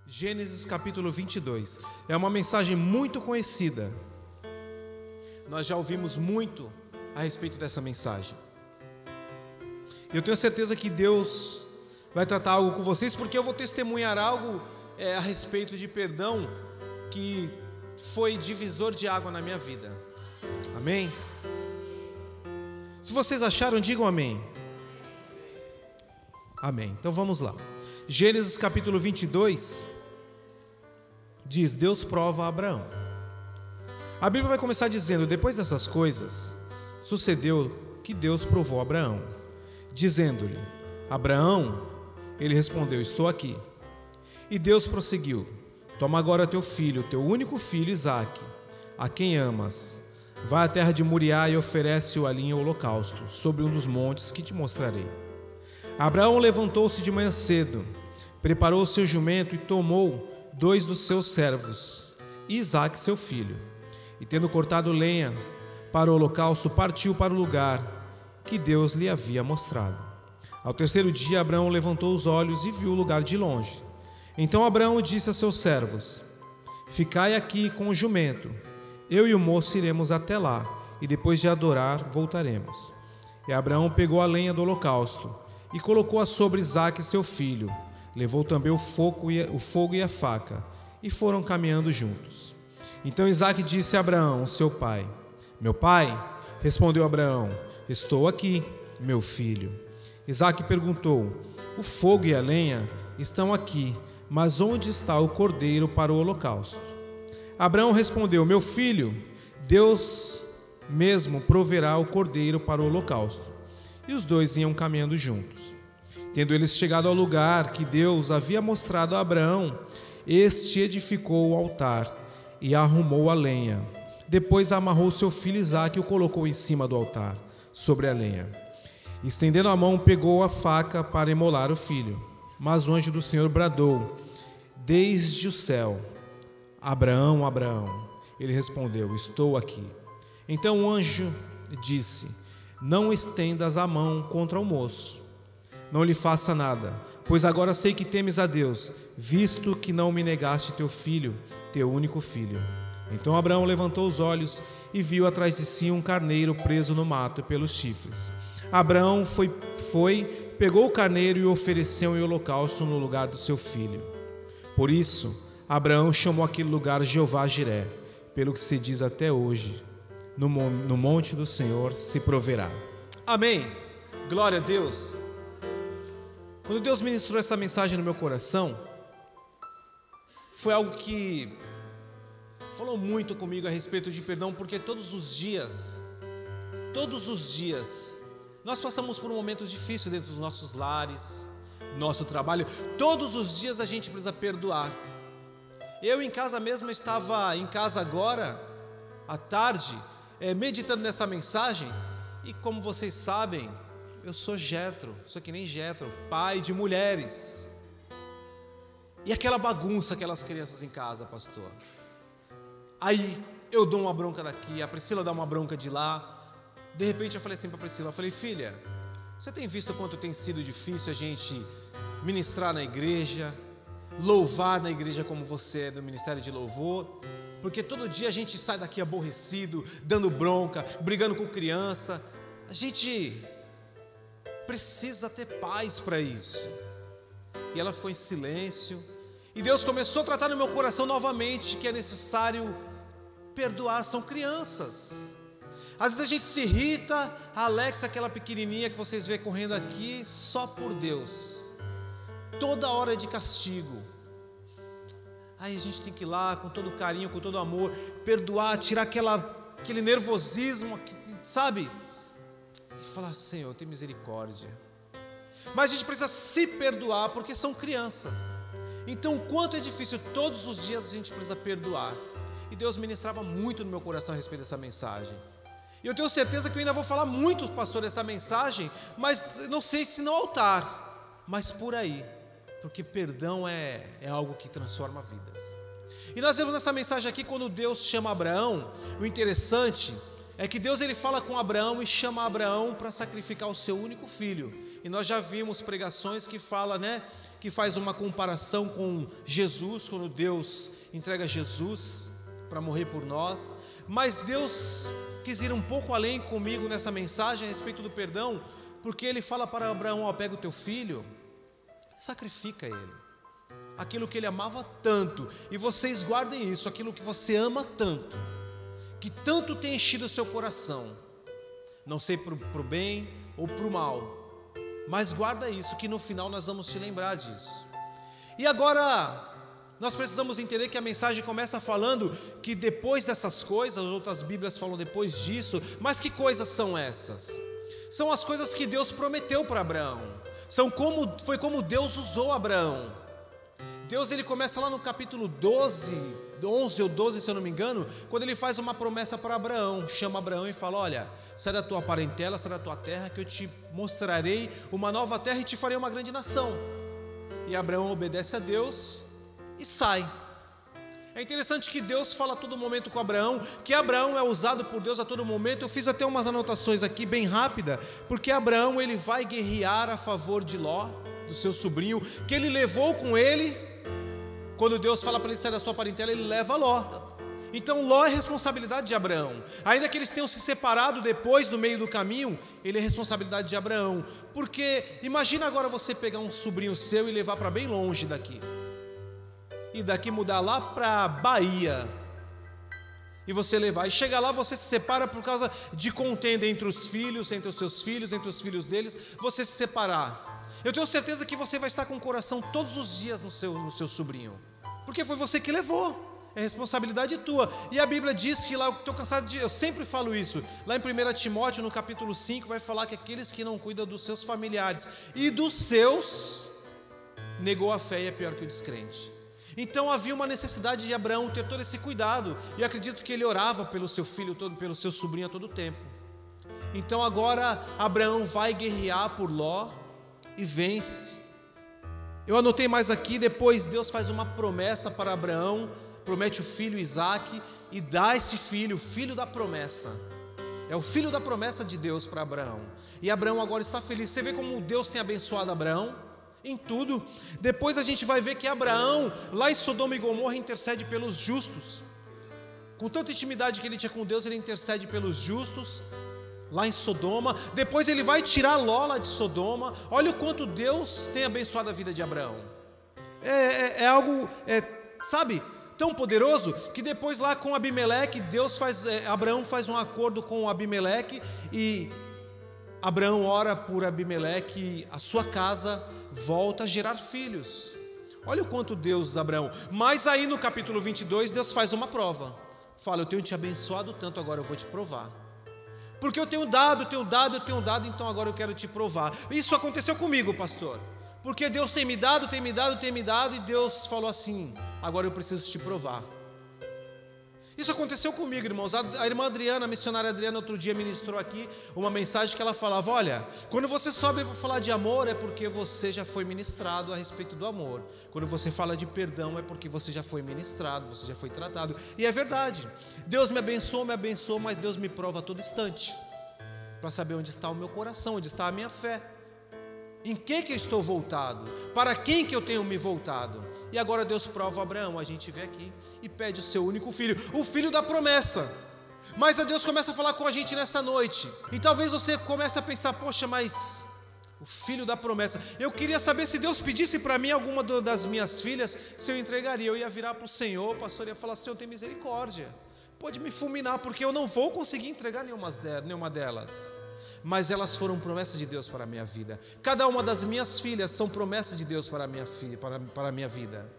Gênesis capítulo 22. É uma mensagem muito conhecida. Nós já ouvimos muito a respeito dessa mensagem. Eu tenho certeza que Deus vai tratar algo com vocês, porque eu vou testemunhar algo a respeito de perdão que foi divisor de água na minha vida. Amém? Se vocês acharam, digam amém. Amém. Então vamos lá. Gênesis capítulo 22 diz: Deus prova a Abraão. A Bíblia vai começar dizendo: depois dessas coisas, sucedeu que Deus provou Abraão, dizendo-lhe: Abraão, ele respondeu: estou aqui. E Deus prosseguiu: toma agora teu filho, teu único filho Isaque, a quem amas. Vai à terra de Moriá e oferece-o ali em holocausto, sobre um dos montes que te mostrarei. Abraão levantou-se de manhã cedo, preparou o seu jumento e tomou 2 dos seus servos, e Isaque seu filho, e tendo cortado lenha para o holocausto, partiu para o lugar que Deus lhe havia mostrado. Ao terceiro dia, Abraão levantou os olhos e viu o lugar de longe. Então Abraão disse a seus servos: ficai aqui com o jumento, eu e o moço iremos até lá, e depois de adorar, voltaremos. E Abraão pegou a lenha do holocausto e colocou-a sobre Isaque seu filho. Levou também o fogo e a faca, e foram caminhando juntos. Então Isaque disse a Abraão, seu pai: meu pai? Respondeu Abraão: estou aqui, meu filho. Isaque perguntou: o fogo e a lenha estão aqui, mas onde está o cordeiro para o holocausto? Abraão respondeu: meu filho, Deus mesmo proverá o cordeiro para o holocausto. E os dois iam caminhando juntos. Tendo eles chegado ao lugar que Deus havia mostrado a Abraão, este edificou o altar e arrumou a lenha. Depois amarrou seu filho Isaque e o colocou em cima do altar, sobre a lenha. Estendendo a mão, pegou a faca para imolar o filho. Mas o anjo do Senhor bradou desde o céu: Abraão, Abraão. Ele respondeu: estou aqui. Então o anjo disse: não estendas a mão contra o moço, não lhe faça nada, pois agora sei que temes a Deus, visto que não me negaste teu filho, teu único filho. Então Abraão levantou os olhos e viu atrás de si um carneiro preso no mato pelos chifres. Abraão pegou o carneiro e o ofereceu em holocausto no lugar do seu filho. Por isso Abraão chamou aquele lugar Jeová-Jiré, pelo que se diz até hoje: no monte do Senhor se proverá. Amém. Glória a Deus. Quando Deus ministrou essa mensagem no meu coração, foi algo que falou muito comigo a respeito de perdão, porque todos os dias, nós passamos por momentos difíceis dentro dos nossos lares, nosso trabalho. Todos os dias a gente precisa perdoar. Eu em casa mesmo, estava em casa agora, à tarde, meditando nessa mensagem, e como vocês sabem, eu sou Jetro, sou que nem Jetro, pai de mulheres. E aquela bagunça, aquelas crianças em casa, pastor. Aí eu dou uma bronca daqui, a Priscila dá uma bronca de lá. De repente eu falei assim para a Priscila, eu falei: filha, você tem visto quanto tem sido difícil a gente ministrar na igreja, louvar na igreja como você é do Ministério de Louvor? Porque todo dia a gente sai daqui aborrecido, dando bronca, brigando com criança. A gente precisa ter paz para isso. E ela ficou em silêncio. E Deus começou a tratar no meu coração novamente que é necessário perdoar. São crianças. Às vezes a gente se irrita. A Alexa, aquela pequenininha que vocês vê correndo aqui, só por Deus, toda hora é de castigo. Aí a gente tem que ir lá com todo carinho, com todo amor, perdoar, tirar aquele nervosismo, sabe? E falar: Senhor, tem misericórdia. Mas a gente precisa se perdoar, porque são crianças. Então o quanto é difícil, todos os dias a gente precisa perdoar. E Deus ministrava muito no meu coração a respeito dessa mensagem. E eu tenho certeza que eu ainda vou falar muito, pastor, dessa mensagem, mas não sei se no altar, mas por aí, porque perdão é algo que transforma vidas. E nós vemos nessa mensagem aqui, quando Deus chama Abraão, o interessante é que Deus ele fala com Abraão e chama Abraão para sacrificar o seu único filho. E nós já vimos pregações que falam, que faz uma comparação com Jesus, quando Deus entrega Jesus para morrer por nós. Mas Deus quis ir um pouco além comigo nessa mensagem a respeito do perdão, porque Ele fala para Abraão: ó, pega o teu filho, sacrifica ele, aquilo que ele amava tanto, e vocês guardem isso, aquilo que você ama tanto, que tanto tem enchido o seu coração, não sei para o bem ou para o mal, mas guarda isso, que no final nós vamos te lembrar disso. E agora nós precisamos entender que a mensagem começa falando que depois dessas coisas, as outras Bíblias falam depois disso, mas que coisas são essas? São as coisas que Deus prometeu para Abraão, foi como Deus usou Abraão. Deus, ele começa lá no capítulo 11 ou 12, se eu não me engano, quando ele faz uma promessa para Abraão, chama Abraão e fala: olha, sai da tua parentela, sai da tua terra, que eu te mostrarei uma nova terra e te farei uma grande nação. E Abraão obedece a Deus e sai. É interessante que Deus fala a todo momento com Abraão, que Abraão é usado por Deus a todo momento. Eu fiz até umas anotações aqui bem rápida, porque Abraão, ele vai guerrear a favor de Ló, do seu sobrinho, que ele levou com ele. Quando Deus fala para ele sair da sua parentela, ele leva Ló. Então Ló é responsabilidade de Abraão. Ainda que eles tenham se separado depois, no meio do caminho, ele é responsabilidade de Abraão. Porque imagina agora você pegar um sobrinho seu e levar para bem longe daqui, e daqui mudar lá para Bahia, e você levar, e chega lá, você se separa por causa de contenda entre os filhos, entre os seus filhos, entre os filhos deles, você se separar. Eu tenho certeza que você vai estar com o coração todos os dias no seu sobrinho, porque foi você que levou, é responsabilidade tua. E a Bíblia diz que lá, eu estou cansado de, eu sempre falo isso, lá em 1 Timóteo, no capítulo 5, vai falar que aqueles que não cuidam dos seus familiares e dos seus, negou a fé e é pior que o descrente. Então havia uma necessidade de Abraão ter todo esse cuidado, e eu acredito que ele orava pelo seu filho, pelo seu sobrinho a todo tempo. Então agora Abraão vai guerrear por Ló e vence. Eu anotei mais aqui, depois Deus faz uma promessa para Abraão, promete o filho Isaque, e dá esse filho, o filho da promessa. É o filho da promessa de Deus para Abraão, e Abraão agora está feliz. Você vê como Deus tem abençoado Abraão em tudo. Depois a gente vai ver que Abraão, lá em Sodoma e Gomorra, intercede pelos justos. Com tanta intimidade que ele tinha com Deus, ele intercede pelos justos lá em Sodoma. Depois ele vai tirar Ló lá de Sodoma. Olha o quanto Deus tem abençoado a vida de Abraão. É algo, sabe, tão poderoso, que depois lá com Abimeleque, Abraão faz um acordo com Abimeleque, e Abraão ora por Abimeleque, a sua casa volta a gerar filhos. Olha o quanto Deus usa Abraão. Mas aí no capítulo 22, Deus faz uma prova. Fala: eu tenho te abençoado tanto, agora eu vou te provar. Porque eu tenho dado, então agora eu quero te provar. Isso aconteceu comigo, pastor. Porque Deus tem me dado, e Deus falou assim: agora eu preciso te provar. Isso aconteceu comigo, irmãos. A irmã Adriana, a missionária Adriana, outro dia ministrou aqui uma mensagem que ela falava: olha, quando você sobe para falar de amor, é porque você já foi ministrado a respeito do amor. Quando você fala de perdão, é porque você já foi ministrado, você já foi tratado. E é verdade, Deus me abençoa, mas Deus me prova a todo instante, para saber onde está o meu coração, onde está a minha fé, em que eu estou voltado, para quem que eu tenho me voltado. E agora Deus prova Abraão, a gente vê aqui, e pede o seu único filho, o filho da promessa. Mas a Deus começa a falar com a gente nessa noite, e talvez você comece a pensar: poxa, mas o filho da promessa, eu queria saber, se Deus pedisse para mim alguma das minhas filhas, se eu entregaria. Eu ia virar para o Senhor, pastor, ia falar: Senhor, tem misericórdia, pode me fulminar, porque eu não vou conseguir entregar nenhuma delas. Mas elas foram promessas de Deus para a minha vida. Cada uma das minhas filhas são promessas de Deus para a minha filha, para a minha vida.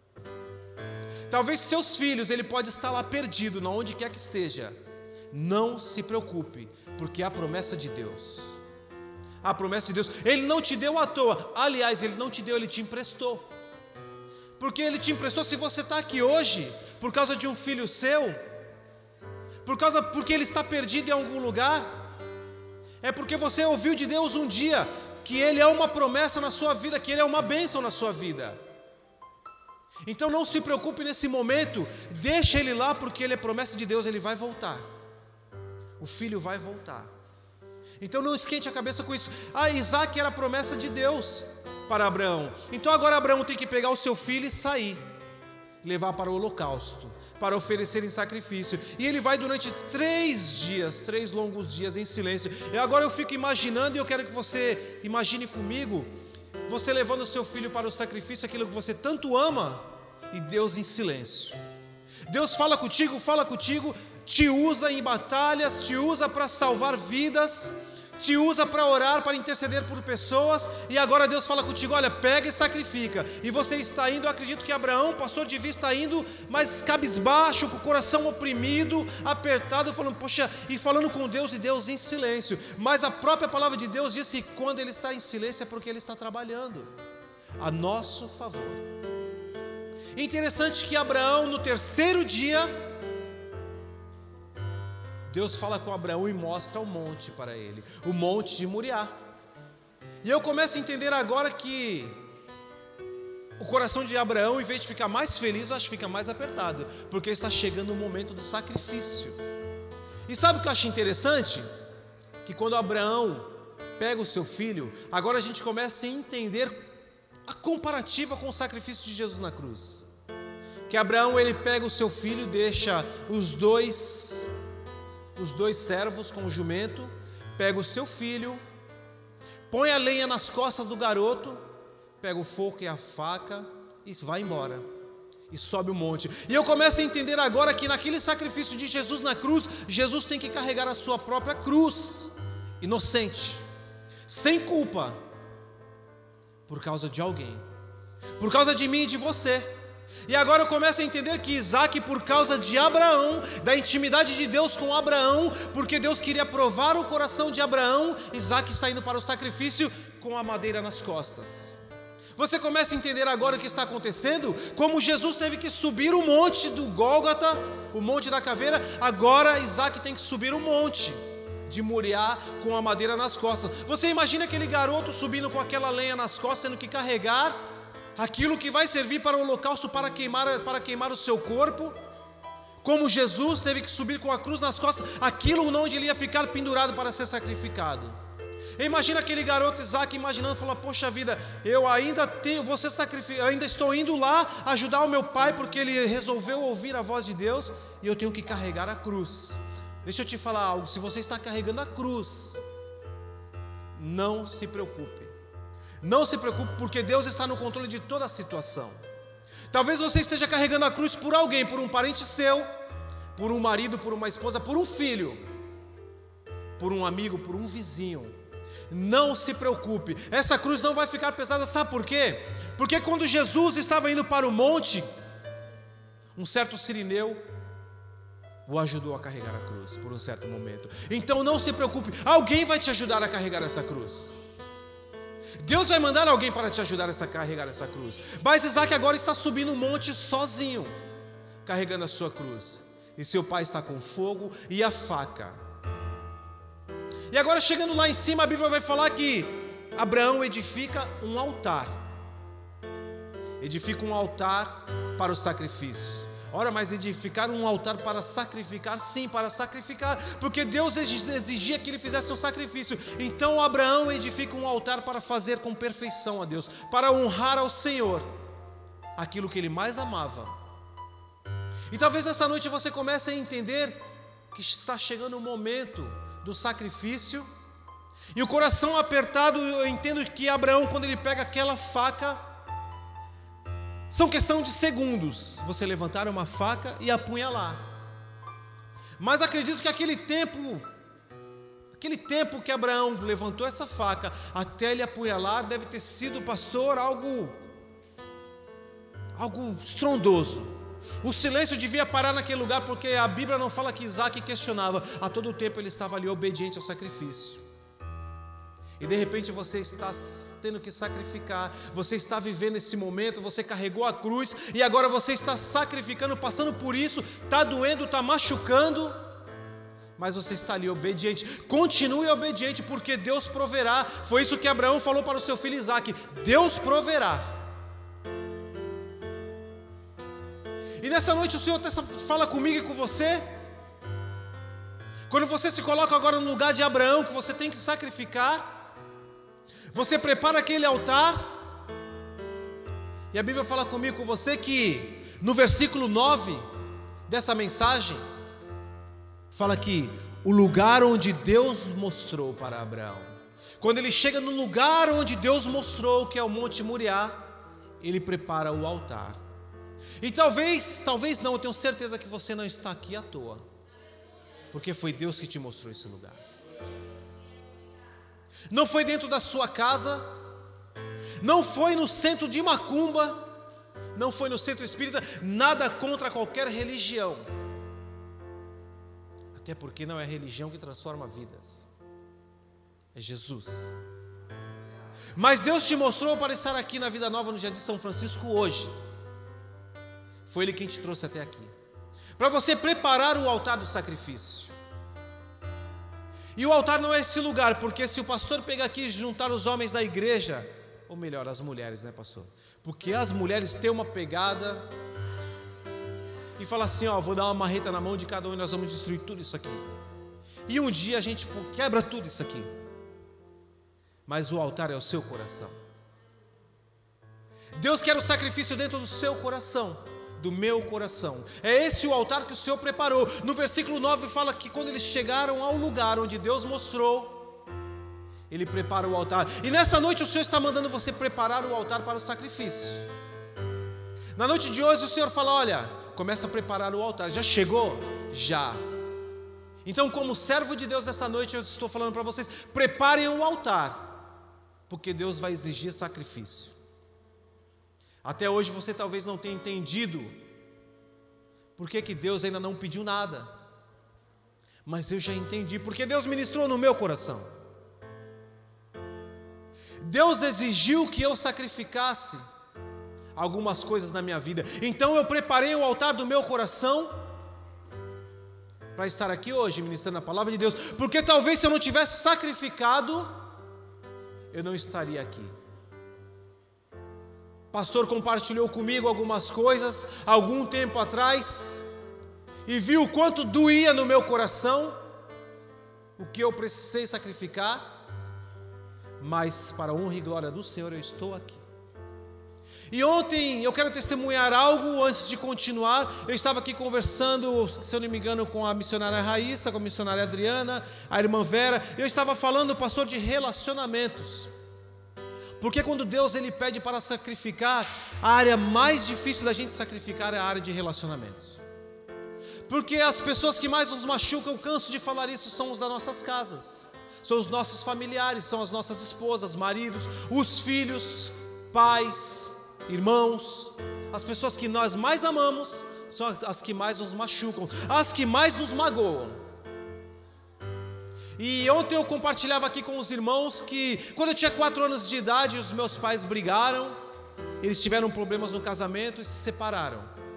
Talvez seus filhos, ele pode estar lá perdido, onde quer que esteja. Não se preocupe, porque há promessa de Deus. A promessa de Deus, Ele não te deu à toa. Aliás, Ele não te deu, Ele te emprestou. Porque Ele te emprestou. Se você está aqui hoje por causa de um filho seu, porque ele está perdido em algum lugar, é porque você ouviu de Deus um dia que Ele é uma promessa na sua vida, que Ele é uma bênção na sua vida. Então não se preocupe nesse momento, deixa ele lá, porque ele é promessa de Deus, ele vai voltar. O filho vai voltar. Então não esquente a cabeça com isso. Isaac era a promessa de Deus para Abraão. Então agora Abraão tem que pegar o seu filho e sair, levar para o holocausto, para oferecer em sacrifício. E ele vai durante 3 longos dias em silêncio. E agora eu fico imaginando, e eu quero que você imagine comigo, você levando o seu filho para o sacrifício, aquilo que você tanto ama, e Deus em silêncio. Deus fala contigo, te usa em batalhas, te usa para salvar vidas, te usa para orar, para interceder por pessoas, e agora Deus fala contigo, olha, pega e sacrifica. E você está indo, eu acredito que Abraão, pastor de vista, está indo, mas cabisbaixo, com o coração oprimido, apertado, falando, poxa, e falando com Deus, e Deus em silêncio. Mas a própria palavra de Deus diz que quando ele está em silêncio é porque ele está trabalhando a nosso favor. Interessante que Abraão, no 3º dia, Deus fala com Abraão e mostra o monte para ele, o monte de Moriá. E eu começo a entender agora que o coração de Abraão, em vez de ficar mais feliz, eu acho que fica mais apertado, porque está chegando o momento do sacrifício. E sabe o que eu acho interessante? Que quando Abraão pega o seu filho, agora a gente começa a entender a comparativa com o sacrifício de Jesus na cruz. Que Abraão, ele pega o seu filho, deixa os dois servos com o jumento, pega o seu filho, põe a lenha nas costas do garoto, pega o fogo e a faca e vai embora, e sobe o monte. E eu começo a entender agora que naquele sacrifício de Jesus na cruz, Jesus tem que carregar a sua própria cruz, inocente, sem culpa, por causa de alguém, por causa de mim e de você. E agora eu começo a entender que Isaac, por causa de Abraão, da intimidade de Deus com Abraão, porque Deus queria provar o coração de Abraão, Isaac está indo para o sacrifício com a madeira nas costas. Você começa a entender agora o que está acontecendo? Como Jesus teve que subir o monte do Gólgota, o monte da caveira, agora Isaac tem que subir o monte de Moriá com a madeira nas costas. Você imagina aquele garoto subindo com aquela lenha nas costas, tendo que carregar aquilo que vai servir para o holocausto, para queimar o seu corpo, como Jesus teve que subir com a cruz nas costas, aquilo onde ele ia ficar pendurado para ser sacrificado. Imagina aquele garoto Isaac imaginando, falando, poxa vida, eu ainda estou indo lá ajudar o meu pai, porque ele resolveu ouvir a voz de Deus, e eu tenho que carregar a cruz. Deixa eu te falar algo, se você está carregando a cruz, não se preocupe. Não se preocupe, porque Deus está no controle de toda a situação. Talvez você esteja carregando a cruz por alguém, por um parente seu, por um marido, por uma esposa, por um filho, por um amigo, por um vizinho. Não se preocupe, essa cruz não vai ficar pesada, sabe por quê? Porque quando Jesus estava indo para o monte, um certo sirineu o ajudou a carregar a cruz por um certo momento. Então não se preocupe, alguém vai te ajudar a carregar essa cruz. Deus vai mandar alguém para te ajudar a carregar essa cruz. Mas Isaac agora está subindo o monte sozinho, carregando a sua cruz. E seu pai está com fogo e a faca. E agora chegando lá em cima, a Bíblia vai falar que Abraão edifica um altar. Edifica um altar para o sacrifício. Ora, mas edificar um altar para sacrificar? Sim, para sacrificar, porque Deus exigia que ele fizesse um sacrifício. Então Abraão edifica um altar para fazer com perfeição a Deus, para honrar ao Senhor aquilo que ele mais amava. E talvez nessa noite você comece a entender que está chegando o momento do sacrifício, e o coração apertado. Eu entendo que Abraão, quando ele pega aquela faca, são questão de segundos, você levantar uma faca e apunhalar. Mas acredito que aquele tempo que Abraão levantou essa faca até ele apunhalar, deve ter sido, pastor, algo estrondoso. O silêncio devia parar naquele lugar, porque a Bíblia não fala que Isaac questionava. A todo tempo ele estava ali obediente ao sacrifício. E de repente você está tendo que sacrificar, você está vivendo esse momento, você carregou a cruz e agora você está sacrificando, passando por isso, está doendo, está machucando, mas você está ali obediente. Continue obediente, porque Deus proverá. Foi isso que Abraão falou para o seu filho Isaac: Deus proverá. E nessa noite o Senhor fala comigo e com você. Quando você se coloca agora no lugar de Abraão, que você tem que sacrificar, você prepara aquele altar, E a Bíblia fala comigo, com você, que no versículo 9 dessa mensagem, fala que o lugar onde Deus mostrou para Abraão, quando ele chega no lugar onde Deus mostrou, que é o Monte Moriá, ele prepara o altar. E talvez não, eu tenho certeza que você não está aqui à toa, porque foi Deus que te mostrou esse lugar. Não foi dentro da sua casa, não foi no centro de macumba, não foi no centro espírita, nada contra qualquer religião, até porque não é a religião que transforma vidas, é Jesus. Mas Deus te mostrou para estar aqui na Vida Nova, no Jardim São Francisco hoje. Foi Ele quem te trouxe até aqui, para você preparar o altar do sacrifício. E o altar não é esse lugar, porque se o pastor pegar aqui e juntar os homens da igreja, ou melhor, as mulheres, né, pastor? Porque as mulheres têm uma pegada e fala assim, ó, vou dar uma marreta na mão de cada um e nós vamos destruir tudo isso aqui. E um dia a gente quebra tudo isso aqui. Mas o altar é o seu coração. Deus quer o sacrifício dentro do seu coração, do meu coração. É esse o altar que o Senhor preparou. No versículo 9 fala que quando eles chegaram ao lugar onde Deus mostrou, Ele prepara o altar. E nessa noite o Senhor está mandando você preparar o altar para o sacrifício. Na noite de hoje o Senhor fala, olha, começa a preparar o altar. Já chegou? Já. Então, como servo de Deus nessa noite, eu estou falando para vocês, preparem o altar, porque Deus vai exigir sacrifício. Até hoje você talvez não tenha entendido por que Deus ainda não pediu nada, mas eu já entendi, porque Deus ministrou no meu coração. Deus exigiu que eu sacrificasse algumas coisas na minha vida, então eu preparei o altar do meu coração para estar aqui hoje ministrando a palavra de Deus, porque talvez se eu não tivesse sacrificado, eu não estaria aqui. Pastor compartilhou comigo algumas coisas algum tempo atrás e viu o quanto doía no meu coração o que eu precisei sacrificar, mas para a honra e glória do Senhor eu estou aqui. E ontem eu quero testemunhar algo antes de continuar. Eu estava aqui conversando, se eu não me engano, com a missionária Raíssa, com a missionária Adriana, a irmã Vera. Eu estava falando, pastor, de relacionamentos. Porque quando Deus ele pede para sacrificar, a área mais difícil da gente sacrificar é a área de relacionamentos. Porque as pessoas que mais nos machucam, eu canso de falar isso, são os das nossas casas. São os nossos familiares, são as nossas esposas, maridos, os filhos, pais, irmãos. As pessoas que nós mais amamos são as que mais nos machucam, as que mais nos magoam. E ontem eu compartilhava aqui com os irmãos que quando eu tinha 4 anos de idade, os meus pais brigaram, eles tiveram problemas no casamento e se separaram.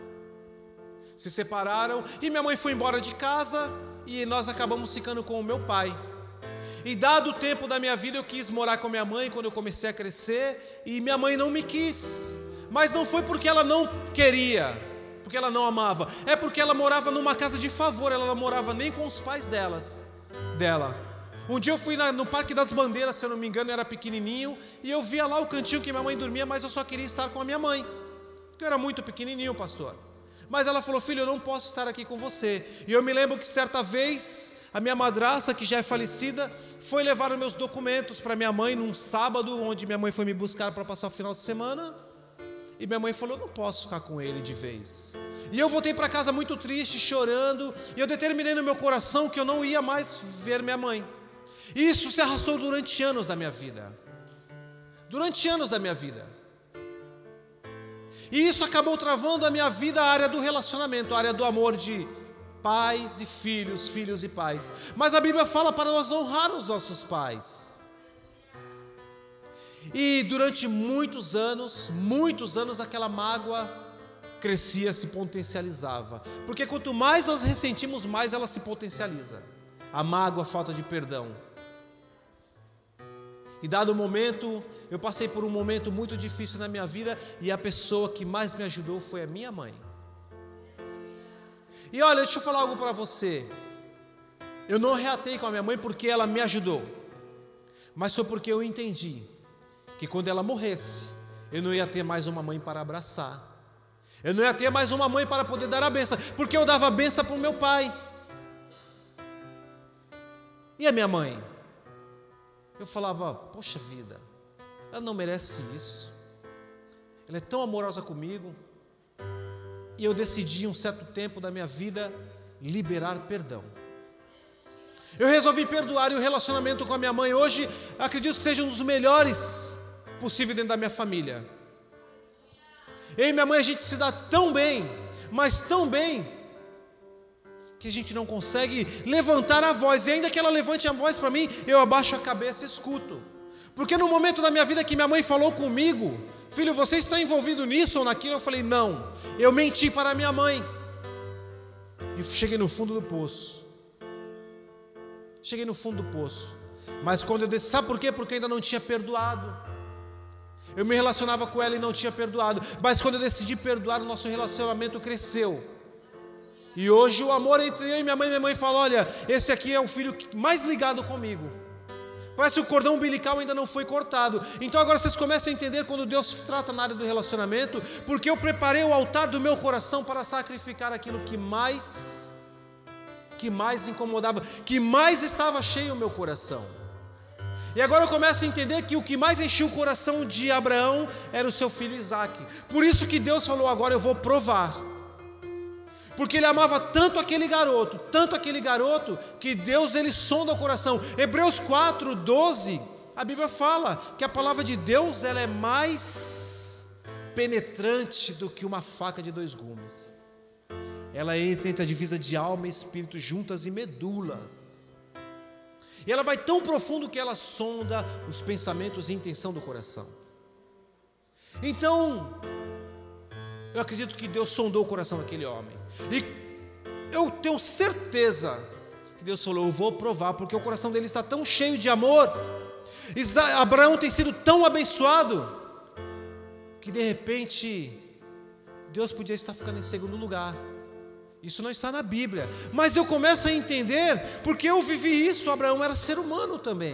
E minha mãe foi embora de casa e nós acabamos ficando com o meu pai. E dado o tempo da minha vida eu quis morar com minha mãe quando eu comecei a crescer e minha mãe não me quis. Mas não foi porque ela não queria, porque ela não amava, é porque ela morava numa casa de favor, ela não morava nem com os pais dela. Um dia eu fui no Parque das Bandeiras, se eu não me engano, eu era pequenininho, e eu via lá o cantinho que minha mãe dormia, mas eu só queria estar com a minha mãe, porque eu era muito pequenininho, pastor. Mas ela falou, filho, eu não posso estar aqui com você. E eu me lembro que certa vez, a minha madrasta, que já é falecida, foi levar os meus documentos para minha mãe num sábado, onde minha mãe foi me buscar para passar o final de semana, e minha mãe falou, eu não posso ficar com ele de vez. E eu voltei para casa muito triste, chorando, e eu determinei no meu coração que eu não ia mais ver minha mãe. E isso se arrastou durante anos da minha vida. E isso acabou travando a minha vida, a área do relacionamento, a área do amor de pais e filhos, filhos e pais. Mas a Bíblia fala para nós honrar os nossos pais. E durante muitos anos, aquela mágoa crescia, se potencializava. Porque quanto mais nós ressentimos, mais ela se potencializa. A mágoa, a falta de perdão. E dado o momento, eu passei por um momento muito difícil na minha vida, e a pessoa que mais me ajudou foi a minha mãe. E olha, deixa eu falar algo para você. Eu não reatei com a minha mãe porque ela me ajudou, mas foi porque eu entendi que quando ela morresse, eu não ia ter mais uma mãe para abraçar, eu não ia ter mais uma mãe para poder dar a bênção, porque eu dava a bênção para o meu pai. E a minha mãe? Eu falava, poxa vida, ela não merece isso, ela é tão amorosa comigo. E eu decidi em um certo tempo da minha vida liberar perdão. Eu resolvi perdoar, e o relacionamento com a minha mãe hoje, acredito que seja um dos melhores possível dentro da minha família. Eu e minha mãe, a gente se dá tão bem, mas tão bem, que a gente não consegue levantar a voz, e ainda que ela levante a voz para mim, eu abaixo a cabeça e escuto. Porque no momento da minha vida que minha mãe falou comigo, filho, você está envolvido nisso ou naquilo? Eu falei, não, eu menti para minha mãe. E cheguei no fundo do poço. Mas quando eu desci, sabe por quê? Porque eu ainda não tinha perdoado. Eu me relacionava com ela e não tinha perdoado. Mas quando eu decidi perdoar, o nosso relacionamento cresceu. E hoje o amor entre eu e minha mãe fala, olha, esse aqui é o filho mais ligado comigo. Parece que o cordão umbilical ainda não foi cortado. Então agora vocês começam a entender quando Deus trata na área do relacionamento, porque eu preparei o altar do meu coração para sacrificar aquilo que mais incomodava, que mais estava cheio o meu coração. E agora eu começo a entender que o que mais enchia o coração de Abraão era o seu filho Isaque. Por isso que Deus falou, agora eu vou provar. Porque ele amava tanto aquele garoto, que Deus, ele sonda o coração. Hebreus 4:12, a Bíblia fala que a palavra de Deus, ela é mais penetrante do que uma faca de 2 gumes. Ela entra entre a divisa de alma e espírito, juntas e medulas. E ela vai tão profundo que ela sonda os pensamentos e intenção do coração. Então, eu acredito que Deus sondou o coração daquele homem. E eu tenho certeza que Deus falou, eu vou provar, porque o coração dele está tão cheio de amor. Abraão tem sido tão abençoado, que de repente, Deus podia estar ficando em segundo lugar. Isso não está na Bíblia, mas eu começo a entender, porque eu vivi isso. Abraão era ser humano também.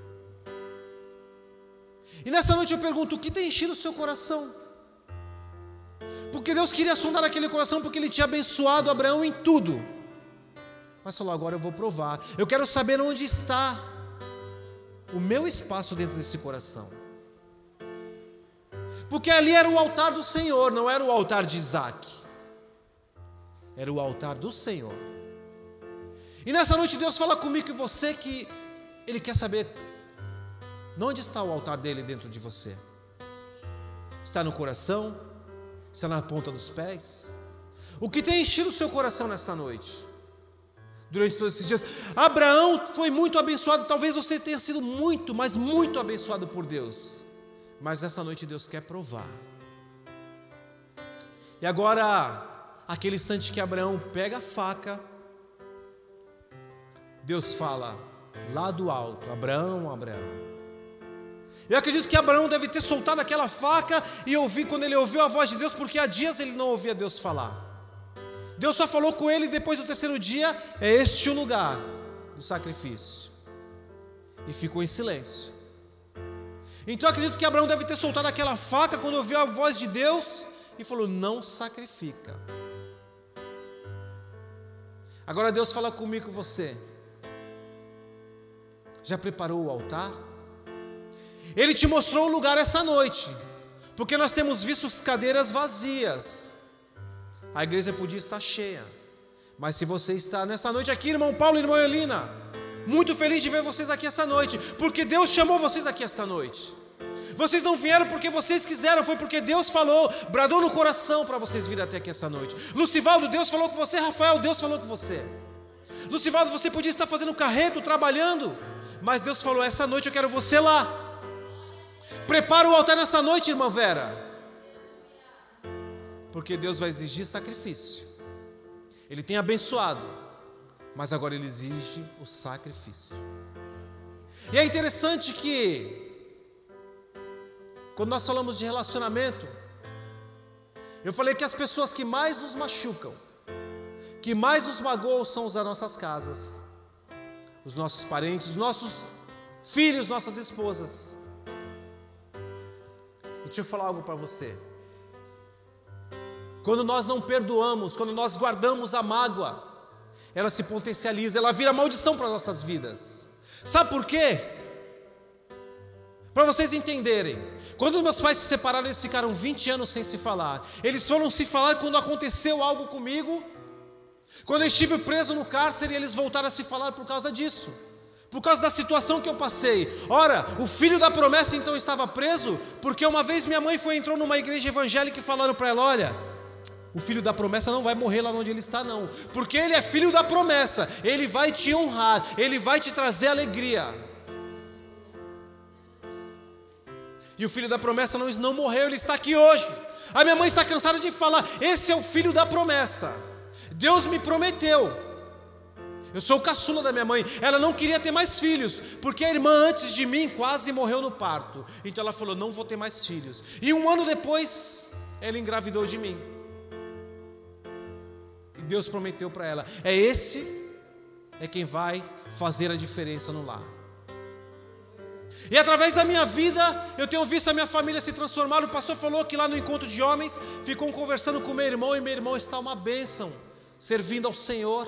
E nessa noite eu pergunto, o que tem enchido o seu coração? Porque Deus queria sondar aquele coração, porque Ele tinha abençoado Abraão em tudo. Mas falou, agora eu vou provar. Eu quero saber onde está o meu espaço dentro desse coração. Porque ali era o altar do Senhor, não era o altar de Isaque. Era o altar do Senhor. E nessa noite Deus fala comigo e você que Ele quer saber onde está o altar dele dentro de você. Está no coração? Está na ponta dos pés? O que tem enchido o seu coração nessa noite? Durante todos esses dias, Abraão foi muito abençoado. Talvez você tenha sido muito, mas muito abençoado por Deus. Mas nessa noite Deus quer provar. E agora, aquele instante que Abraão pega a faca, Deus fala lá do alto, Abraão, Abraão. Eu acredito que Abraão deve ter soltado aquela faca e quando ele ouviu a voz de Deus, porque há dias ele não ouvia Deus falar. Deus só falou com ele depois do 3º dia, é este o lugar do sacrifício. E ficou em silêncio. Então eu acredito que Abraão deve ter soltado aquela faca quando ouviu a voz de Deus e falou, não sacrifica. Agora Deus fala comigo e com você. Já preparou o altar? Ele te mostrou o lugar essa noite, porque nós temos visto as cadeiras vazias. A igreja podia estar cheia, mas se você está nessa noite aqui, irmão Paulo e irmã Elina, muito feliz de ver vocês aqui essa noite, porque Deus chamou vocês aqui esta noite. Vocês não vieram porque vocês quiseram, foi porque Deus falou, bradou no coração para vocês virem até aqui essa noite. Lucivaldo, Deus falou com você. Rafael, Deus falou com você. Lucivaldo, você podia estar fazendo carreto, trabalhando, mas Deus falou, essa noite eu quero você lá. Prepara o altar nessa noite, irmã Vera, porque Deus vai exigir sacrifício. Ele tem abençoado, mas agora Ele exige o sacrifício. E é interessante que, quando nós falamos de relacionamento, eu falei que as pessoas que mais nos machucam, que mais nos magoam, são os das nossas casas, os nossos parentes, os nossos filhos, nossas esposas. Deixa eu falar algo para você. Quando nós não perdoamos, quando nós guardamos a mágoa, ela se potencializa, ela vira maldição para nossas vidas. Sabe por quê? Para vocês entenderem, quando meus pais se separaram, eles ficaram 20 anos sem se falar. Eles foram se falar quando aconteceu algo comigo, quando eu estive preso no cárcere, eles voltaram a se falar por causa disso, por causa da situação que eu passei. Ora, o filho da promessa então estava preso, porque uma vez minha mãe entrou numa igreja evangélica e falaram para ela: olha, o filho da promessa não vai morrer lá onde ele está não, porque ele é filho da promessa, ele vai te honrar, ele vai te trazer alegria. E o filho da promessa não morreu, ele está aqui hoje. A minha mãe está cansada de falar: esse é o filho da promessa, Deus me prometeu. Eu sou o caçula da minha mãe, ela não queria ter mais filhos, porque a irmã antes de mim quase morreu no parto. Então ela falou: não vou ter mais filhos. E um ano depois, ela engravidou de mim. E Deus prometeu para ela: esse é quem vai fazer a diferença no lar. E através da minha vida, eu tenho visto a minha família se transformar. O pastor falou que lá no encontro de homens, ficou conversando com meu irmão, e meu irmão está uma bênção, servindo ao Senhor.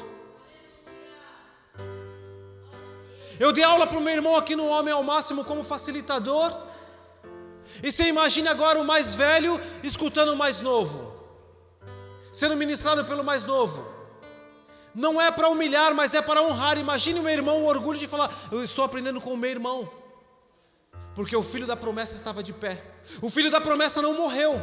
Eu dei aula para o meu irmão aqui no Homem ao Máximo como facilitador. E você imagina agora o mais velho escutando o mais novo, sendo ministrado pelo mais novo. Não é para humilhar, mas é para honrar. Imagine o meu irmão, o orgulho de falar: eu estou aprendendo com o meu irmão, porque o filho da promessa estava de pé. O filho da promessa não morreu,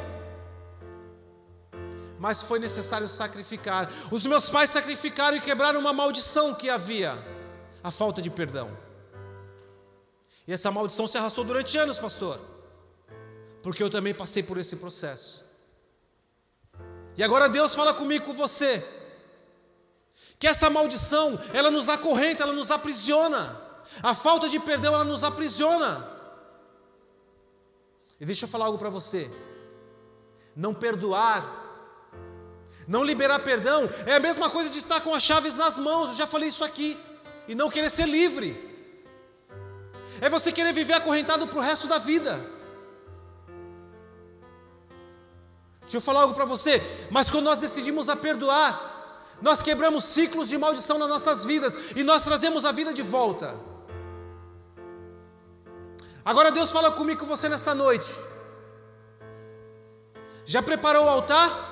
mas foi necessário sacrificar. Os meus pais sacrificaram e quebraram uma maldição que havia: a falta de perdão. E essa maldição se arrastou durante anos, pastor, porque eu também passei por esse processo. E agora Deus fala comigo, com você, que essa maldição, ela nos acorrenta, ela nos aprisiona. A falta de perdão, ela nos aprisiona. E deixa eu falar algo para você: não perdoar, não liberar perdão, é a mesma coisa de estar com as chaves nas mãos. Eu já falei isso aqui. E não querer ser livre, é você querer viver acorrentado para o resto da vida. Deixa eu falar algo para você: mas quando nós decidimos a perdoar, nós quebramos ciclos de maldição nas nossas vidas, e nós trazemos a vida de volta. Agora Deus fala comigo, com você nesta noite. Já preparou o altar?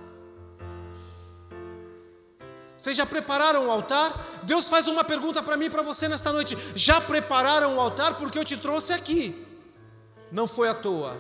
Vocês já prepararam o altar? Deus faz uma pergunta para mim e para você nesta noite: já prepararam o altar? Porque eu te trouxe aqui, não foi à toa.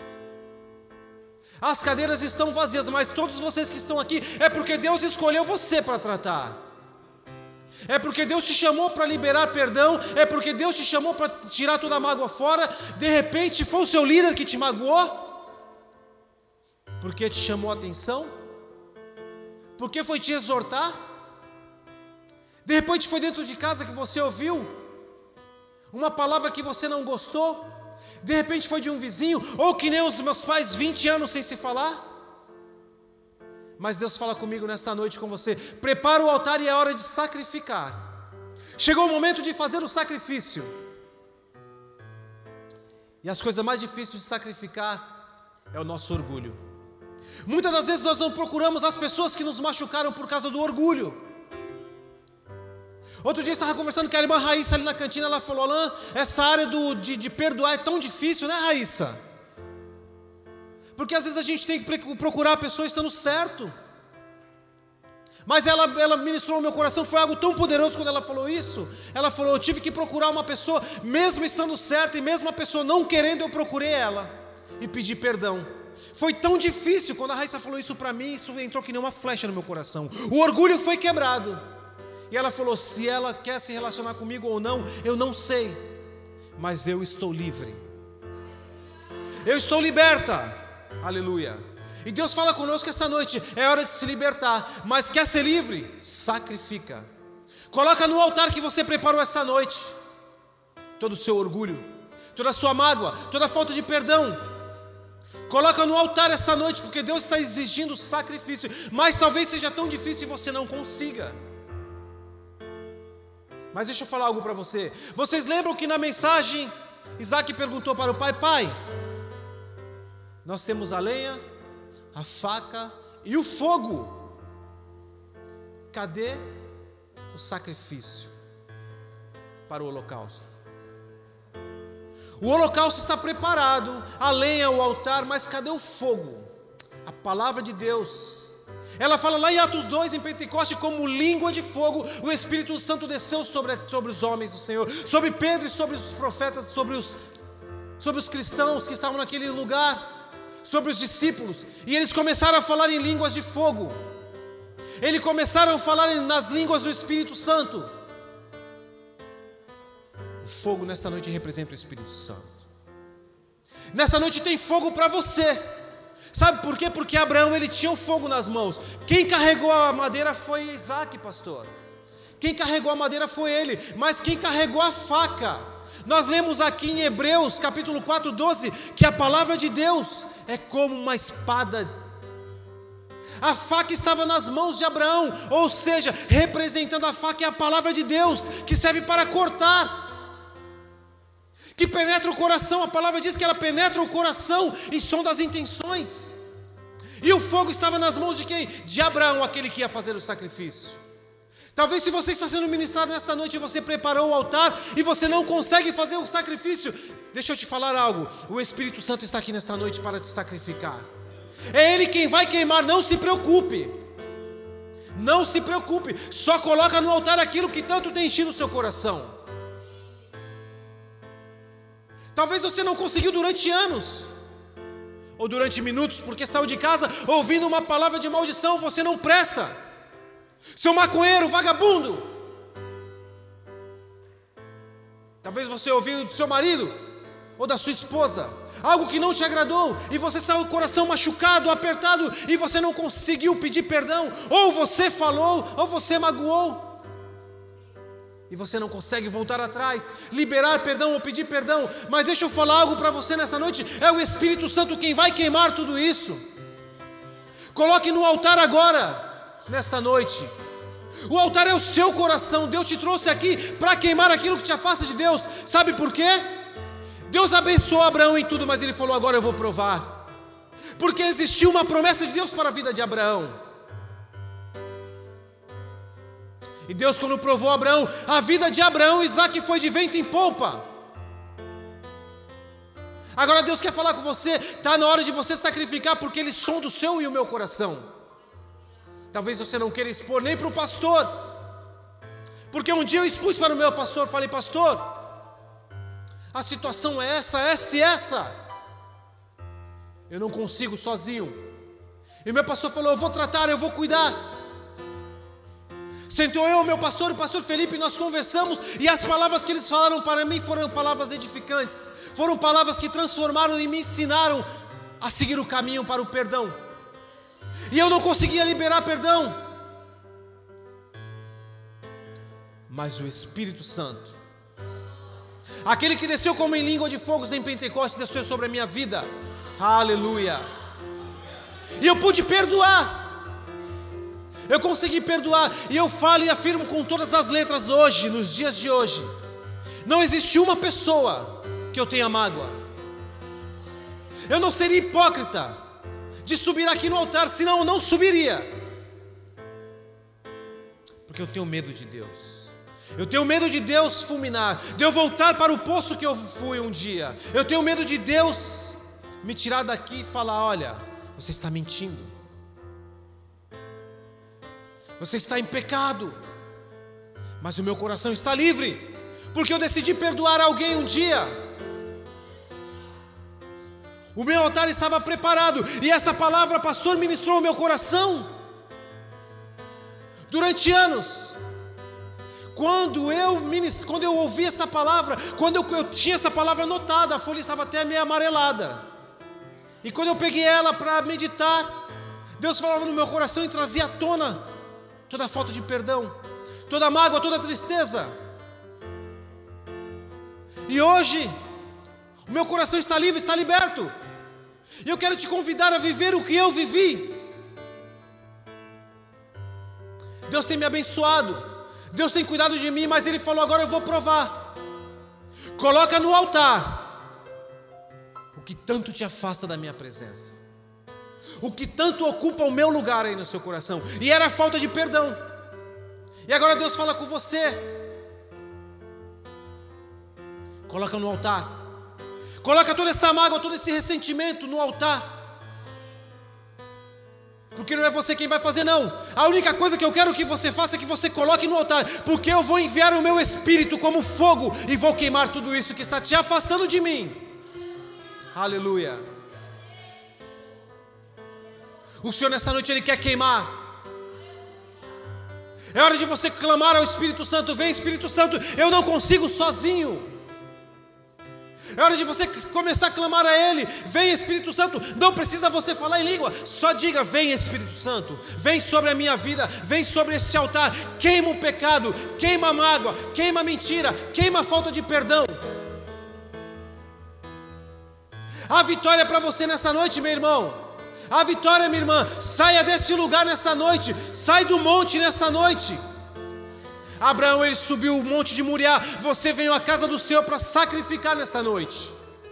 As cadeiras estão vazias, mas todos vocês que estão aqui, é porque Deus escolheu você para tratar. É porque Deus te chamou para liberar perdão. É porque Deus te chamou para tirar toda a mágoa fora. De repente foi o seu líder que te magoou, porque te chamou a atenção, porque foi te exortar. De repente foi dentro de casa que você ouviu uma palavra que você não gostou. De repente foi de um vizinho, ou que nem os meus pais, 20 anos sem se falar. Mas Deus fala comigo nesta noite, com você: prepara o altar e é hora de sacrificar. Chegou o momento de fazer o sacrifício. E as coisas mais difíceis de sacrificar é o nosso orgulho. Muitas das vezes nós não procuramos as pessoas que nos machucaram por causa do orgulho. Outro dia eu estava conversando com a irmã Raíssa ali na cantina. Ela falou: Alain, essa área de perdoar é tão difícil, né, Raíssa? Porque às vezes a gente tem que procurar a pessoa estando certo. Mas ela ministrou no meu coração, foi algo tão poderoso quando ela falou isso. Ela falou: eu tive que procurar uma pessoa, mesmo estando certa, e mesmo a pessoa não querendo, eu procurei ela e pedi perdão. Foi tão difícil. Quando a Raíssa falou isso para mim, isso entrou que nem uma flecha no meu coração. O orgulho foi quebrado. E ela falou: se ela quer se relacionar comigo ou não, eu não sei, mas eu estou livre, eu estou liberta. Aleluia. E Deus fala conosco essa noite: é hora de se libertar. Mas quer ser livre? Sacrifica. Coloca no altar que você preparou essa noite todo o seu orgulho, toda a sua mágoa, toda a falta de perdão. Coloca no altar essa noite, porque Deus está exigindo sacrifício. Mas talvez seja tão difícil e você não consiga. Mas deixa eu falar algo para você. Vocês lembram que na mensagem Isaac perguntou para o pai: pai, Nós temos a lenha, a faca e o fogo. Cadê o sacrifício para o holocausto? O holocausto está preparado, a lenha, o altar, mas cadê o fogo? A palavra de Deus. Ela fala lá em Atos 2, em Pentecoste, como língua de fogo, o Espírito Santo desceu sobre os homens do Senhor, sobre Pedro e sobre os profetas, sobre os cristãos que estavam naquele lugar, sobre os discípulos, e eles começaram a falar em línguas de fogo. Eles começaram a falar nas línguas do Espírito Santo. O fogo nesta noite representa o Espírito Santo. Nesta noite tem fogo para você. Sabe por quê? Porque Abraão, ele tinha o fogo nas mãos. Quem carregou a madeira foi Isaac, pastor. Quem carregou a madeira foi ele. Mas quem carregou a faca? Nós lemos aqui em Hebreus capítulo 4, 12, que a palavra de Deus é como uma espada. A faca estava nas mãos de Abraão, ou seja, representando a faca é a palavra de Deus, que serve para cortar, que penetra o coração. A palavra diz que ela penetra o coração e sonda as intenções. E o fogo estava nas mãos de quem? De Abraão, aquele que ia fazer o sacrifício. Talvez se você está sendo ministrado nesta noite e você preparou o altar e você não consegue fazer o sacrifício, deixa eu te falar algo, o Espírito Santo está aqui nesta noite para te sacrificar. É Ele quem vai queimar, não se preocupe. Não se preocupe, só coloca no altar aquilo que tanto tem enchido o seu coração. Talvez você não conseguiu durante anos, ou durante minutos, porque saiu de casa ouvindo uma palavra de maldição. Você não presta, seu maconheiro, vagabundo. Talvez você ouviu do seu marido, ou da sua esposa, algo que não te agradou, e você saiu com o coração machucado, apertado, e você não conseguiu pedir perdão, ou você falou, ou você magoou, e você não consegue voltar atrás, liberar perdão ou pedir perdão. Mas deixa eu falar algo para você nessa noite, é o Espírito Santo quem vai queimar tudo isso. Coloque no altar agora, nesta noite. O altar é o seu coração. Deus te trouxe aqui para queimar aquilo que te afasta de Deus. Sabe por quê? Deus abençoou Abraão em tudo, mas ele falou: agora eu vou provar. Porque existiu uma promessa de Deus para a vida de Abraão. E Deus, quando provou Abraão, a vida de Abraão, Isaac foi de vento em polpa. Agora Deus quer falar com você, está na hora de você sacrificar, porque Ele sonda o seu e o meu coração. Talvez você não queira expor nem para o pastor, porque um dia eu expus para o meu pastor, falei: pastor, a situação é essa, e essa, eu não consigo sozinho. E o meu pastor falou: eu vou tratar, eu vou cuidar. Sentou eu, meu pastor e o pastor Felipe, e nós conversamos, e as palavras que eles falaram para mim foram palavras edificantes, foram palavras que transformaram e me ensinaram a seguir o caminho para o perdão. E eu não conseguia liberar perdão, mas o Espírito Santo, aquele que desceu como em língua de fogo em Pentecostes, desceu sobre a minha vida. Aleluia! E eu pude perdoar. Eu consegui perdoar, e eu falo e afirmo com todas as letras hoje, nos dias de hoje, não existe uma pessoa que eu tenha mágoa. Eu não seria hipócrita de subir aqui no altar, senão eu não subiria, porque eu tenho medo de Deus. Eu tenho medo de Deus fulminar, de eu voltar para o poço que eu fui um dia. Eu tenho medo de Deus me tirar daqui e falar: olha, você está mentindo, você está em pecado. Mas o meu coração está livre, porque eu decidi perdoar alguém um dia. O meu altar estava preparado, e essa palavra, pastor, ministrou o meu coração durante anos. Quando eu ouvi essa palavra, quando eu tinha essa palavra anotada, a folha estava até meio amarelada, e quando eu peguei ela para meditar, Deus falava no meu coração e trazia à tona toda a falta de perdão, toda a mágoa, toda a tristeza. E hoje o meu coração está livre, está liberto, e eu quero te convidar a viver o que eu vivi. Deus tem me abençoado, Deus tem cuidado de mim, mas Ele falou: agora eu vou provar. Coloca no altar o que tanto te afasta da minha presença? O que tanto ocupa o meu lugar aí no seu coração? E era a falta de perdão. E agora Deus fala com você. Coloca no altar. Coloca toda essa mágoa, todo esse ressentimento no altar. Porque não é você quem vai fazer, não. A única coisa que eu quero que você faça é que você coloque no altar. Porque eu vou enviar o meu Espírito como fogo e vou queimar tudo isso que está te afastando de mim. Aleluia. O Senhor nessa noite Ele quer queimar. É hora de você clamar ao Espírito Santo. Vem, Espírito Santo, eu não consigo sozinho. É hora de você começar a clamar a Ele. Vem, Espírito Santo. Não precisa você falar em língua. Só diga: vem, Espírito Santo. Vem sobre a minha vida. Vem sobre esse altar. Queima o pecado. Queima a mágoa. Queima a mentira. Queima a falta de perdão. A vitória é para você nessa noite, meu irmão. A vitória, minha irmã. Saia desse lugar nessa noite. Sai do monte nessa noite. Abraão, ele subiu o monte de Moriá. Você veio à casa do Senhor para sacrificar nessa noite.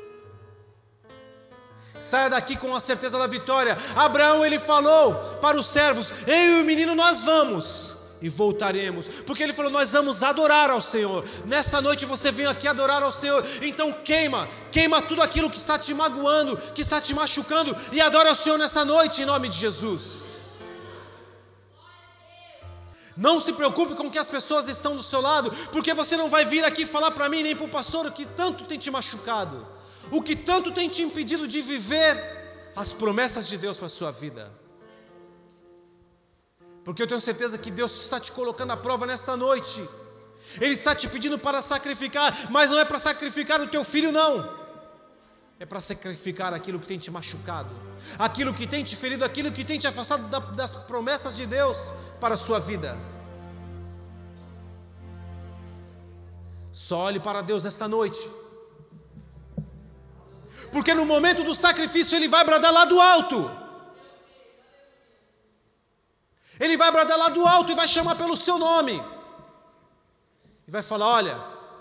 Saia daqui com a certeza da vitória. Abraão, ele falou para os servos: eu e o menino nós vamos e voltaremos, porque ele falou: nós vamos adorar ao Senhor. Nessa noite você vem aqui adorar ao Senhor. Então queima tudo aquilo que está te magoando, que está te machucando, e adora ao Senhor nessa noite, em nome de Jesus. Não se preocupe com o que as pessoas estão do seu lado, porque você não vai vir aqui falar para mim nem para o pastor o que tanto tem te machucado, o que tanto tem te impedido de viver as promessas de Deus para a sua vida. Porque eu tenho certeza que Deus está te colocando à prova nesta noite. Ele está te pedindo para sacrificar, mas não é para sacrificar o teu filho, não. É para sacrificar aquilo que tem te machucado, aquilo que tem te ferido, aquilo que tem te afastado das promessas de Deus para a sua vida. Só olhe para Deus nessa noite, porque no momento do sacrifício Ele vai bradar lá do alto. Ele vai bradar lá do alto e vai chamar pelo seu nome. E vai falar: olha,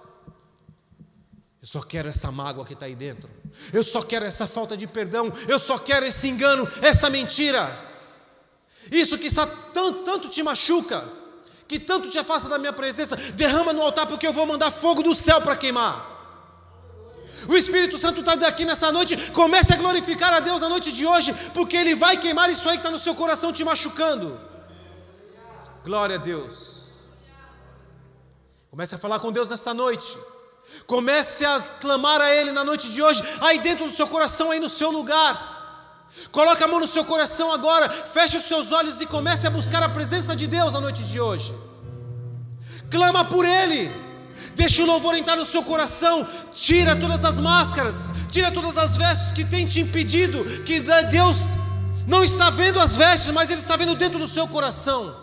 eu só quero essa mágoa que está aí dentro. Eu só quero essa falta de perdão. Eu só quero esse engano, essa mentira. Isso que está tanto te machuca, que tanto te afasta da minha presença, derrama no altar, porque eu vou mandar fogo do céu para queimar. O Espírito Santo está aqui nessa noite. Comece a glorificar a Deus na noite de hoje, porque Ele vai queimar isso aí que está no seu coração te machucando. Glória a Deus. Comece a falar com Deus nesta noite. Comece a clamar a Ele na noite de hoje, aí dentro do seu coração, aí no seu lugar. Coloque a mão no seu coração agora, feche os seus olhos e comece a buscar a presença de Deus na noite de hoje. Clama por Ele. Deixa o louvor entrar no seu coração. Tira todas as máscaras, tira todas as vestes que tem te impedido, que Deus não está vendo as vestes, mas Ele está vendo dentro do seu coração.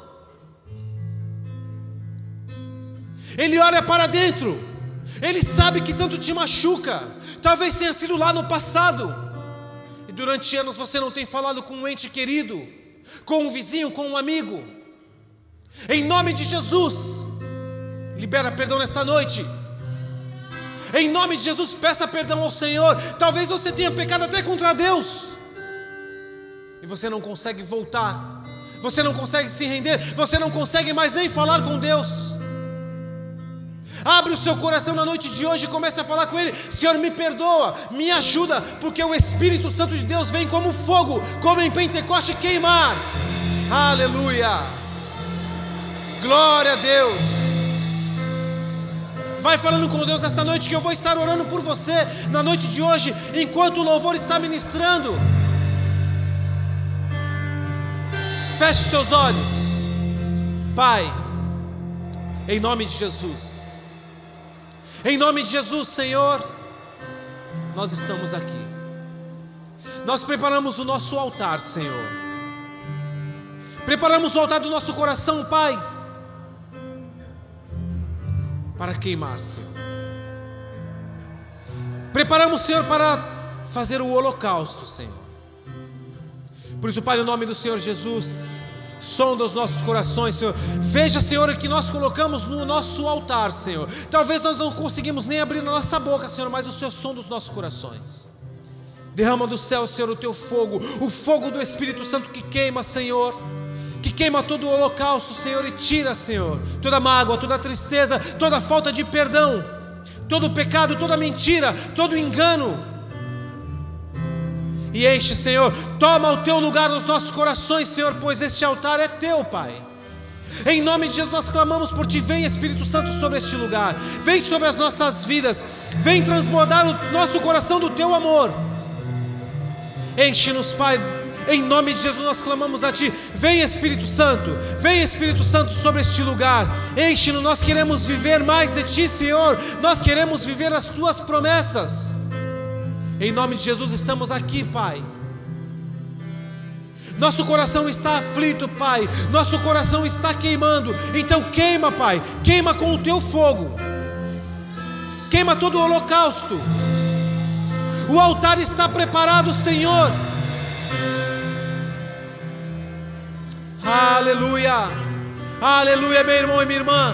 Ele olha para dentro. Ele sabe que tanto te machuca. Talvez tenha sido lá no passado, e durante anos você não tem falado com um ente querido, com um vizinho, com um amigo. Em nome de Jesus, libera perdão nesta noite. Em nome de Jesus, peça perdão ao Senhor. Talvez você tenha pecado até contra Deus, e você não consegue voltar, você não consegue se render, você não consegue mais nem falar com Deus. Abre o seu coração na noite de hoje e comece a falar com Ele: Senhor, me perdoa, me ajuda, porque o Espírito Santo de Deus vem como fogo, como em Pentecoste, queimar. Aleluia, glória a Deus. Vai falando com Deus nesta noite, que eu vou estar orando por você na noite de hoje, enquanto o louvor está ministrando. Feche os seus olhos. Pai, em nome de Jesus, em nome de Jesus, Senhor, nós estamos aqui. Nós preparamos o nosso altar, Senhor. Preparamos o altar do nosso coração, Pai, para queimar, Senhor. Preparamos, Senhor, para fazer o holocausto, Senhor. Por isso, Pai, no nome do Senhor Jesus, sonda os nossos corações, Senhor. Veja, Senhor, o que nós colocamos no nosso altar, Senhor. Talvez nós não conseguimos nem abrir a nossa boca, Senhor, mas o Senhor sonda os nossos corações. Derrama do céu, Senhor, o teu fogo, o fogo do Espírito Santo que queima, Senhor, que queima todo o holocausto, Senhor, e tira, Senhor, toda mágoa, toda tristeza, toda falta de perdão, todo pecado, toda mentira, todo engano. E enche, Senhor, toma o teu lugar nos nossos corações, Senhor, pois este altar é teu, Pai. Em nome de Jesus nós clamamos por Ti. Vem, Espírito Santo, sobre este lugar, vem sobre as nossas vidas, vem transbordar o nosso coração do Teu amor. Enche-nos, Pai, em nome de Jesus nós clamamos a Ti. Vem, Espírito Santo, sobre este lugar, enche-nos. Nós queremos viver mais de Ti, Senhor, nós queremos viver as Tuas promessas. Em nome de Jesus estamos aqui, Pai. Nosso coração está aflito, Pai, nosso coração está queimando. Então queima, Pai, queima com o Teu fogo, queima todo o holocausto. O altar está preparado, Senhor. Aleluia, aleluia, meu irmão e minha irmã.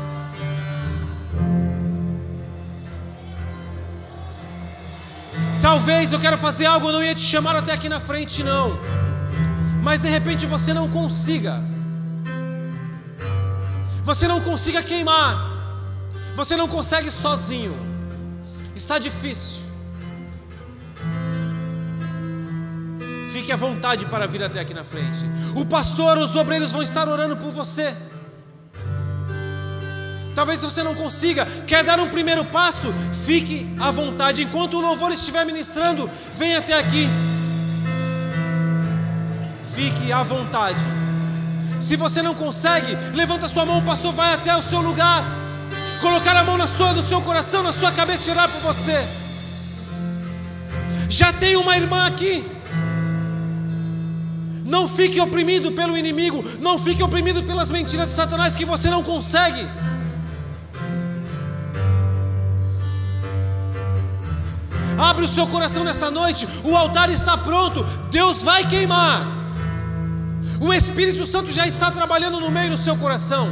Talvez eu quero fazer algo, eu não ia te chamar até aqui na frente, não, mas de repente você não consiga queimar, você não consegue sozinho, está difícil. Fique à vontade para vir até aqui na frente. O pastor, os obreiros vão estar orando por você. Talvez você não consiga, quer dar um primeiro passo, fique à vontade. Enquanto o louvor estiver ministrando, venha até aqui. Fique à vontade. Se você não consegue, levanta sua mão, o pastor vai até o seu lugar, colocar a mão no seu coração, na sua cabeça e orar por você. Já tem uma irmã aqui. Não fique oprimido pelo inimigo, não fique oprimido pelas mentiras de Satanás que você não consegue. Abre o seu coração nesta noite, o altar está pronto, Deus vai queimar. O Espírito Santo já está trabalhando no meio do seu coração.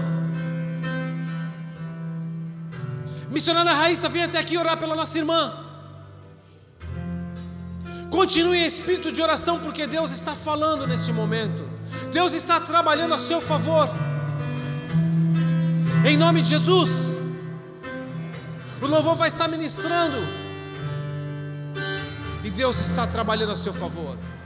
Missionária Raíssa, vem até aqui orar pela nossa irmã. Continue em espírito de oração, porque Deus está falando neste momento. Deus está trabalhando a seu favor. Em nome de Jesus, o louvor vai estar ministrando e Deus está trabalhando a seu favor.